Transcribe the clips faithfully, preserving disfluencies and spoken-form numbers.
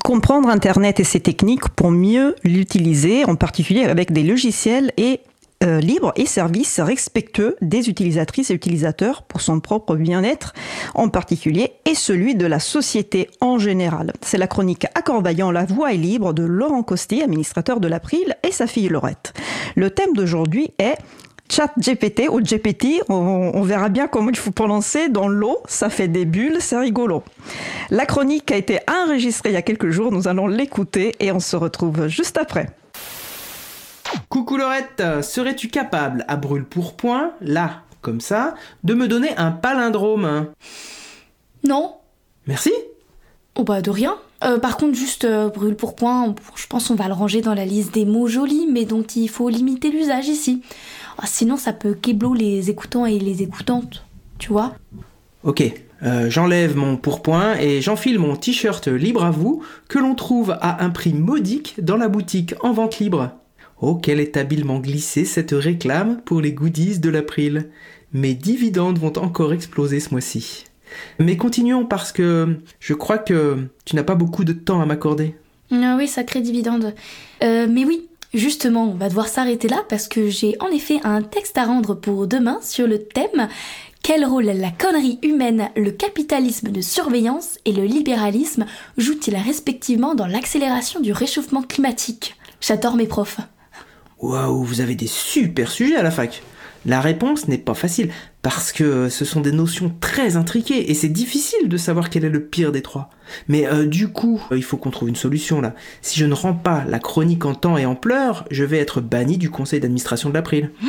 comprendre Internet et ses techniques pour mieux l'utiliser, en particulier avec des logiciels et euh, libres et services respectueux des utilisatrices et utilisateurs pour son propre bien-être en particulier et celui de la société en général. C'est la chronique À Corvaillant, la voix est libre de Laurent Costi, administrateur de l'April, et sa fille Laurette. Le thème d'aujourd'hui est ChatGPT ou G P T, on, on verra bien comment il faut prononcer. Dans l'eau, ça fait des bulles, c'est rigolo. La chronique a été enregistrée il y a quelques jours, nous allons l'écouter et on se retrouve juste après. Coucou Laurette, serais-tu capable, à brûle-pourpoint, là, comme ça, de me donner un palindrome ? Non. Merci. Oh bah de rien. Euh, par contre, juste euh, brûle-pourpoint, je pense qu'on va le ranger dans la liste des mots jolis, mais dont il faut limiter l'usage ici. Ah, sinon, ça peut kéblo les écoutants et les écoutantes, tu vois ? Ok, euh, j'enlève mon pourpoint et j'enfile mon t-shirt libre à vous, que l'on trouve à un prix modique dans la boutique en vente libre. Oh, quelle est habilement glissée cette réclame pour les goodies de l'April. Mes dividendes vont encore exploser ce mois-ci. Mais continuons parce que je crois que tu n'as pas beaucoup de temps à m'accorder. Ah oui, sacré dividende. Euh, mais oui, justement, on va devoir s'arrêter là parce que j'ai en effet un texte à rendre pour demain sur le thème « Quel rôle la connerie humaine, le capitalisme de surveillance et le libéralisme jouent-ils respectivement dans l'accélération du réchauffement climatique ?» J'adore mes profs. Waouh, vous avez des super sujets à la fac. La réponse n'est pas facile, parce que ce sont des notions très intriquées, et c'est difficile de savoir quel est le pire des trois. Mais euh, du coup, il faut qu'on trouve une solution là. Si je ne rends pas la chronique en temps et en pleurs, je vais être banni du conseil d'administration de l'April. Mmh,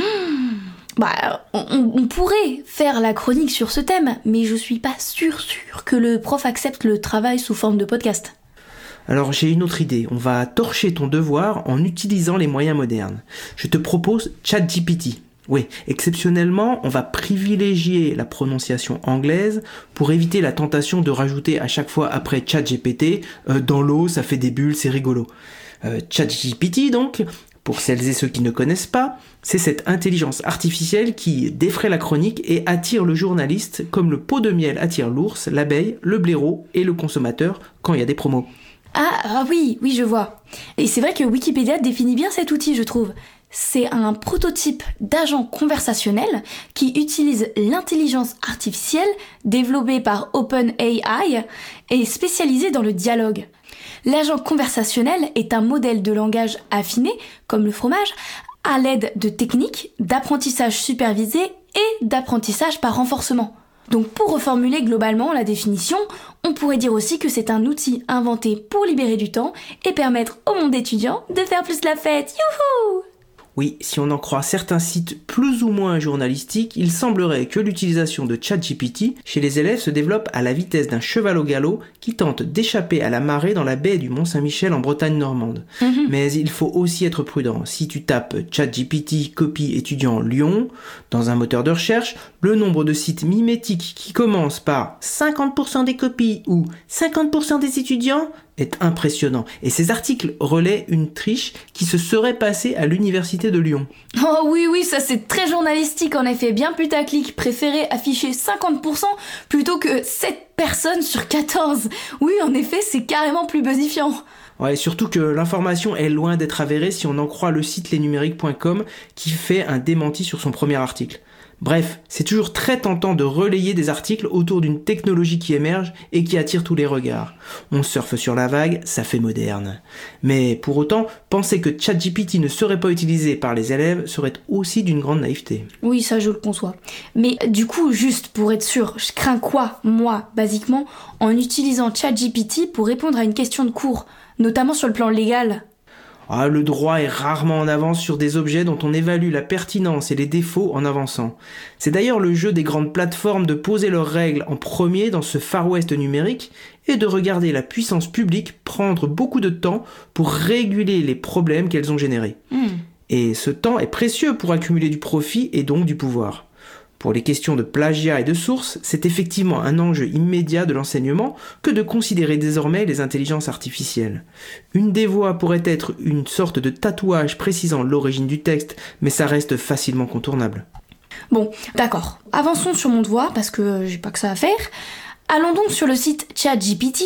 bah, on, on pourrait faire la chronique sur ce thème, mais je suis pas sûre, sûre que le prof accepte le travail sous forme de podcast. Alors j'ai une autre idée, on va torcher ton devoir en utilisant les moyens modernes. Je te propose ChatGPT. Oui, exceptionnellement, on va privilégier la prononciation anglaise pour éviter la tentation de rajouter à chaque fois après ChatGPT euh, dans l'eau, ça fait des bulles, c'est rigolo. Euh, ChatGPT donc, pour celles et ceux qui ne connaissent pas, c'est cette intelligence artificielle qui défraie la chronique et attire le journaliste comme le pot de miel attire l'ours, l'abeille, le blaireau et le consommateur quand il y a des promos. Ah, ah oui, oui, je vois. Et c'est vrai que Wikipédia définit bien cet outil, je trouve. C'est un prototype d'agent conversationnel qui utilise l'intelligence artificielle développée par OpenAI et spécialisé dans le dialogue. L'agent conversationnel est un modèle de langage affiné, comme le fromage, à l'aide de techniques d'apprentissage supervisé et d'apprentissage par renforcement. Donc pour reformuler globalement la définition, on pourrait dire aussi que c'est un outil inventé pour libérer du temps et permettre au monde étudiant de faire plus la fête. Youhou! Oui, si on en croit certains sites plus ou moins journalistiques, il semblerait que l'utilisation de ChatGPT chez les élèves se développe à la vitesse d'un cheval au galop qui tente d'échapper à la marée dans la baie du Mont-Saint-Michel en Bretagne normande. Mm-hmm. Mais il faut aussi être prudent. Si tu tapes ChatGPT copie étudiant Lyon dans un moteur de recherche, le nombre de sites mimétiques qui commencent par cinquante pour cent des copies ou cinquante pour cent des étudiants est impressionnant. Et ces articles relaient une triche qui se serait passée à l'université de Lyon. Oh oui, oui, ça c'est très journalistique en effet, bien putaclic. Préféré afficher cinquante pour cent plutôt que sept personnes sur quatorze. Oui, en effet, c'est carrément plus buzzifiant. Ouais, surtout que l'information est loin d'être avérée si on en croit le site les numériques point com qui fait un démenti sur son premier article. Bref, c'est toujours très tentant de relayer des articles autour d'une technologie qui émerge et qui attire tous les regards. On surfe sur la vague, ça fait moderne. Mais pour autant, penser que ChatGPT ne serait pas utilisé par les élèves serait aussi d'une grande naïveté. Oui, ça je le conçois. Mais du coup, juste pour être sûr, je crains quoi, moi, basiquement, en utilisant ChatGPT pour répondre à une question de cours, notamment sur le plan légal ? Ah, le droit est rarement en avance sur des objets dont on évalue la pertinence et les défauts en avançant. C'est d'ailleurs le jeu des grandes plateformes de poser leurs règles en premier dans ce Far West numérique et de regarder la puissance publique prendre beaucoup de temps pour réguler les problèmes qu'elles ont générés. Mmh. Et ce temps est précieux pour accumuler du profit et donc du pouvoir. Pour les questions de plagiat et de source, c'est effectivement un enjeu immédiat de l'enseignement que de considérer désormais les intelligences artificielles. Une des voies pourrait être une sorte de tatouage précisant l'origine du texte, mais ça reste facilement contournable. Bon, d'accord. Avançons sur mon devoir, parce que j'ai pas que ça à faire. Allons donc sur le site ChatGPT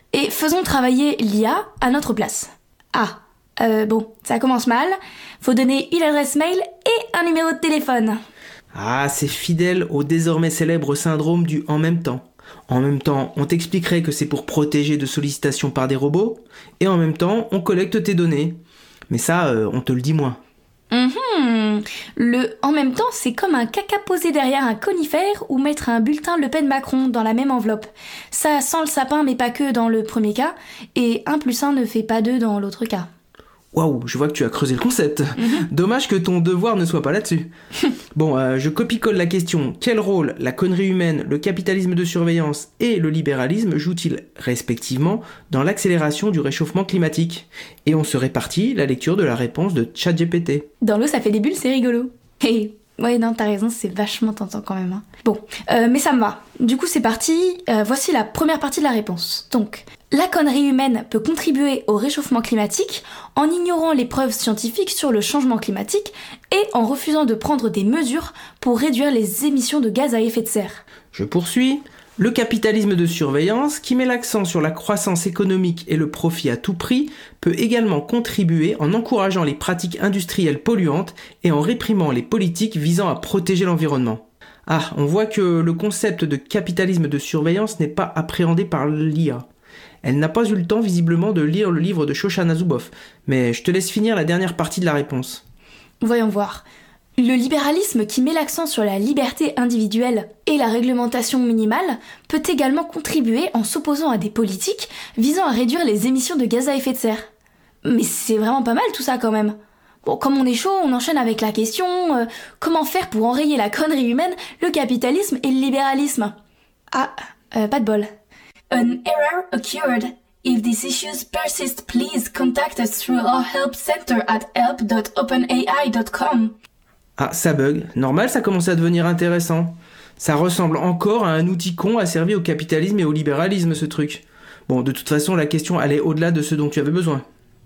et faisons travailler l'I A à notre place. Ah, euh, bon, ça commence mal. Faut donner une adresse mail et un numéro de téléphone. Ah, c'est fidèle au désormais célèbre syndrome du « en même temps ». En même temps, on t'expliquerait que c'est pour protéger de sollicitations par des robots, et en même temps, on collecte tes données. Mais ça, euh, on te le dit moins. Mmh. Le « en même temps », c'est comme un caca posé derrière un conifère ou mettre un bulletin Le Pen-Macron dans la même enveloppe. Ça sent le sapin, mais pas que dans le premier cas, et un plus un ne fait pas deux dans l'autre cas. Waouh, je vois que tu as creusé le concept. Mmh. Dommage que ton devoir ne soit pas là-dessus. Bon, euh, je copie-colle la question. Quel rôle la connerie humaine, le capitalisme de surveillance et le libéralisme jouent-ils respectivement dans l'accélération du réchauffement climatique ? Et on se répartit la lecture de la réponse de ChatGPT. Dans l'eau, ça fait des bulles, c'est rigolo. Hey. Ouais, non, t'as raison, c'est vachement tentant quand même. Hein. Bon, euh, mais ça me va. Du coup, c'est parti. Euh, voici la première partie de la réponse. Donc, la connerie humaine peut contribuer au réchauffement climatique en ignorant les preuves scientifiques sur le changement climatique et en refusant de prendre des mesures pour réduire les émissions de gaz à effet de serre. Je poursuis. Le capitalisme de surveillance, qui met l'accent sur la croissance économique et le profit à tout prix, peut également contribuer en encourageant les pratiques industrielles polluantes et en réprimant les politiques visant à protéger l'environnement. Ah, on voit que le concept de capitalisme de surveillance n'est pas appréhendé par l'I A. Elle n'a pas eu le temps visiblement de lire le livre de Shoshana Zuboff, mais je te laisse finir la dernière partie de la réponse. Voyons voir. Le libéralisme qui met l'accent sur la liberté individuelle et la réglementation minimale peut également contribuer en s'opposant à des politiques visant à réduire les émissions de gaz à effet de serre. Mais c'est vraiment pas mal tout ça quand même. Bon, comme on est chaud, on enchaîne avec la question euh, comment faire pour enrayer la connerie humaine, le capitalisme et le libéralisme ? Ah, euh, pas de bol. An error occurred. If these issues persist, please contact us through our help center at help dot open a i dot com. Ah, ça bug. Normal, ça commence à devenir intéressant. Ça ressemble encore à un outil con asservi au capitalisme et au libéralisme, ce truc. Bon, de toute façon, la question allait au-delà de ce dont tu avais besoin.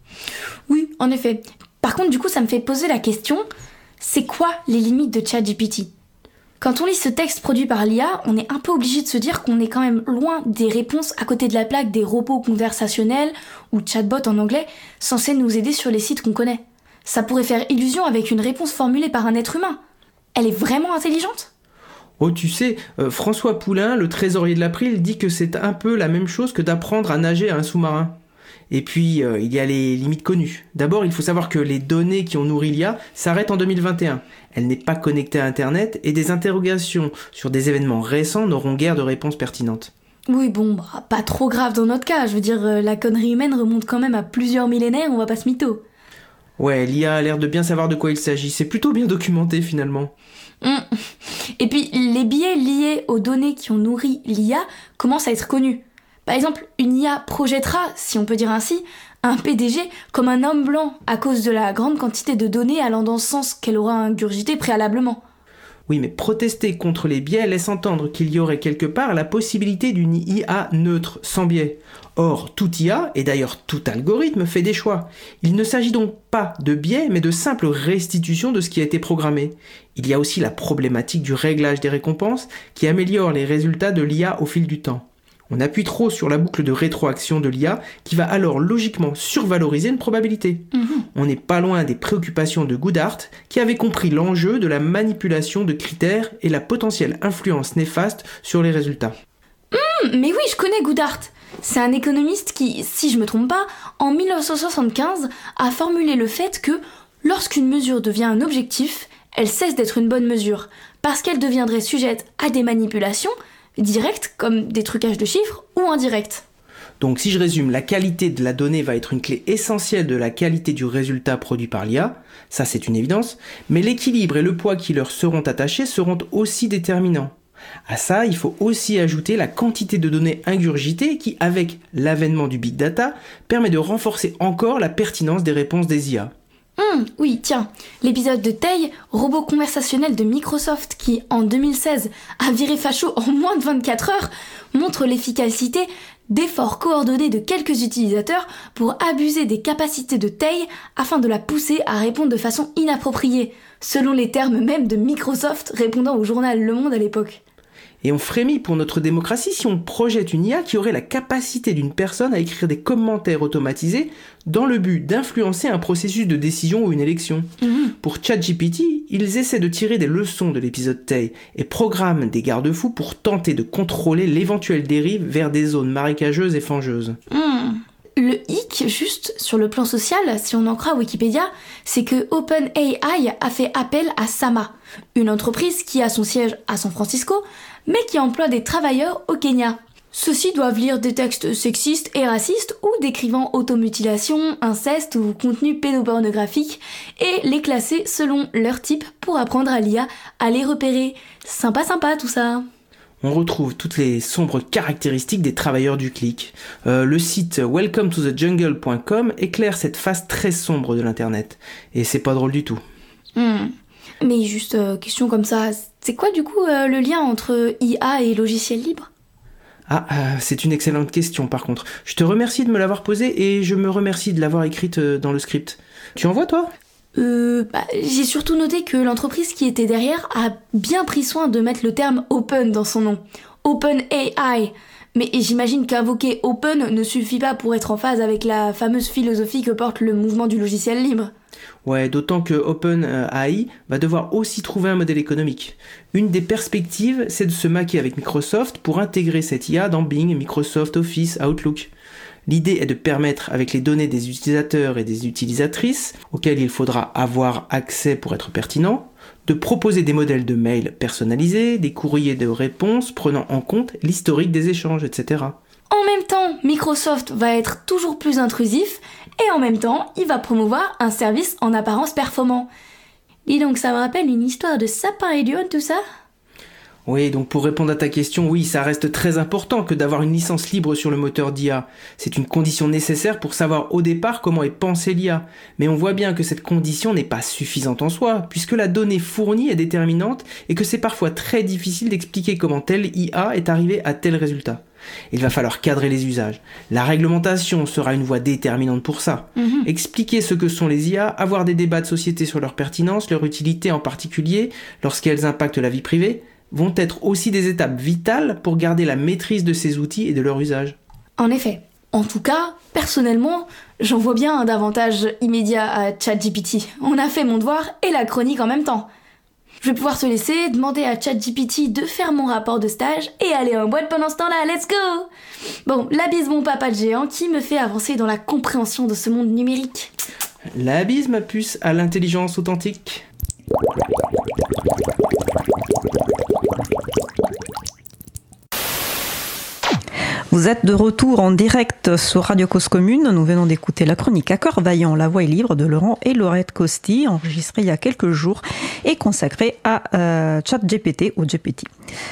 Oui, en effet. Par contre, du coup, ça me fait poser la question, c'est quoi les limites de ChatGPT ? Quand on lit ce texte produit par l'I A, on est un peu obligé de se dire qu'on est quand même loin des réponses à côté de la plaque des robots conversationnels, ou chatbots en anglais, censés nous aider sur les sites qu'on connaît. Ça pourrait faire illusion avec une réponse formulée par un être humain. Elle est vraiment intelligente ? Oh, tu sais, euh, François Poulain, le trésorier de l'April, dit que c'est un peu la même chose que d'apprendre à nager à un sous-marin. Et puis, euh, il y a les limites connues. D'abord, il faut savoir que les données qui ont nourri l'I A s'arrêtent en deux mille vingt et un. Elle n'est pas connectée à Internet et des interrogations sur des événements récents n'auront guère de réponses pertinentes. Oui, bon, bah, pas trop grave dans notre cas. Je veux dire, euh, la connerie humaine remonte quand même à plusieurs millénaires, on va pas se mytho. Ouais, l'I A a l'air de bien savoir de quoi il s'agit. C'est plutôt bien documenté, finalement. Mmh. Et puis, les biais liés aux données qui ont nourri l'I A commencent à être connus. Par exemple, une I A projettera, si on peut dire ainsi, un P D G comme un homme blanc à cause de la grande quantité de données allant dans ce sens qu'elle aura ingurgité préalablement. Oui, mais protester contre les biais laisse entendre qu'il y aurait quelque part la possibilité d'une I A neutre, sans biais. Or, tout I A, et d'ailleurs tout algorithme, fait des choix. Il ne s'agit donc pas de biais, mais de simple restitution de ce qui a été programmé. Il y a aussi la problématique du réglage des récompenses qui améliore les résultats de l'I A au fil du temps. On appuie trop sur la boucle de rétroaction de l'I A qui va alors logiquement survaloriser une probabilité. Mmh. On n'est pas loin des préoccupations de Goodhart qui avait compris l'enjeu de la manipulation de critères et la potentielle influence néfaste sur les résultats. Mmh, mais oui, je connais Goodhart. C'est un économiste qui, si je me trompe pas, en dix-neuf cent soixante-quinze a formulé le fait que lorsqu'une mesure devient un objectif, elle cesse d'être une bonne mesure parce qu'elle deviendrait sujette à des manipulations directes comme des trucages de chiffres ou indirects. Donc si je résume, la qualité de la donnée va être une clé essentielle de la qualité du résultat produit par l'I A, ça c'est une évidence, mais l'équilibre et le poids qui leur seront attachés seront aussi déterminants. À ça, il faut aussi ajouter la quantité de données ingurgitées qui, avec l'avènement du big data, permet de renforcer encore la pertinence des réponses des I A. Hum, oui, tiens, l'épisode de Tay, robot conversationnel de Microsoft qui, en deux mille seize, a viré facho en moins de vingt-quatre heures, montre l'efficacité d'efforts coordonnés de quelques utilisateurs pour abuser des capacités de Tay afin de la pousser à répondre de façon inappropriée, selon les termes même de Microsoft répondant au journal Le Monde à l'époque. Et on frémit pour notre démocratie si on projette une I A qui aurait la capacité d'une personne à écrire des commentaires automatisés dans le but d'influencer un processus de décision ou une élection. Mmh. Pour ChatGPT, ils essaient de tirer des leçons de l'épisode Tay et programment des garde-fous pour tenter de contrôler l'éventuelle dérive vers des zones marécageuses et fangeuses. Mmh. Le hic, juste sur le plan social, si on en croit Wikipédia, c'est que OpenAI a fait appel à Sama, une entreprise qui a son siège à San Francisco, mais qui emploie des travailleurs au Kenya. Ceux-ci doivent lire des textes sexistes et racistes ou décrivant automutilation, inceste ou contenu pédopornographique et les classer selon leur type pour apprendre à l'I A à les repérer. Sympa sympa tout ça. On retrouve toutes les sombres caractéristiques des travailleurs du clic. Euh, le site welcome to the jungle point com éclaire cette face très sombre de l'internet. Et c'est pas drôle du tout. Hmm. Mais juste, euh, question comme ça, c'est quoi du coup euh, le lien entre I A et logiciel libre ? Ah, euh, c'est une excellente question par contre. Je te remercie de me l'avoir posée et je me remercie de l'avoir écrite euh, dans le script. Tu en vois toi ? Euh, bah, j'ai surtout noté que l'entreprise qui était derrière a bien pris soin de mettre le terme open dans son nom. OpenAI. Mais j'imagine qu'invoquer open ne suffit pas pour être en phase avec la fameuse philosophie que porte le mouvement du logiciel libre. Ouais, d'autant que OpenAI va devoir aussi trouver un modèle économique. Une des perspectives, c'est de se maquer avec Microsoft pour intégrer cette I A dans Bing, Microsoft Office, Outlook. L'idée est de permettre, avec les données des utilisateurs et des utilisatrices, auxquelles il faudra avoir accès pour être pertinent, de proposer des modèles de mails personnalisés, des courriers de réponse prenant en compte l'historique des échanges, et cetera. En même temps, Microsoft va être toujours plus intrusif, et en même temps, il va promouvoir un service en apparence performant. Dis donc, ça me rappelle une histoire de sapin et lion, tout ça ? Oui, donc pour répondre à ta question, oui, ça reste très important que d'avoir une licence libre sur le moteur d'I A. C'est une condition nécessaire pour savoir au départ comment est pensée l'I A. Mais on voit bien que cette condition n'est pas suffisante en soi, puisque la donnée fournie est déterminante et que c'est parfois très difficile d'expliquer comment telle I A est arrivée à tel résultat. Il va falloir cadrer les usages. La réglementation sera une voie déterminante pour ça. Mmh. Expliquer ce que sont les I A, avoir des débats de société sur leur pertinence, leur utilité en particulier, lorsqu'elles impactent la vie privée, vont être aussi des étapes vitales pour garder la maîtrise de ces outils et de leur usage. En effet. En tout cas, personnellement, j'en vois bien un avantage immédiat à ChatGPT. On a fait mon devoir et la chronique en même temps. Je vais pouvoir te laisser, demander à ChatGPT de faire mon rapport de stage et aller en boîte pendant ce temps-là, let's go! Bon, la bise mon papa de géant qui me fait avancer dans la compréhension de ce monde numérique. La bise ma puce à l'intelligence authentique. Vous êtes de retour en direct sur Radio Cause Commune. Nous venons d'écouter la chronique À cœur vaillant, la voix est libre de Laurent et Laurette Costi, enregistrée il y a quelques jours et consacrée à euh, ChatGPT ou G P T.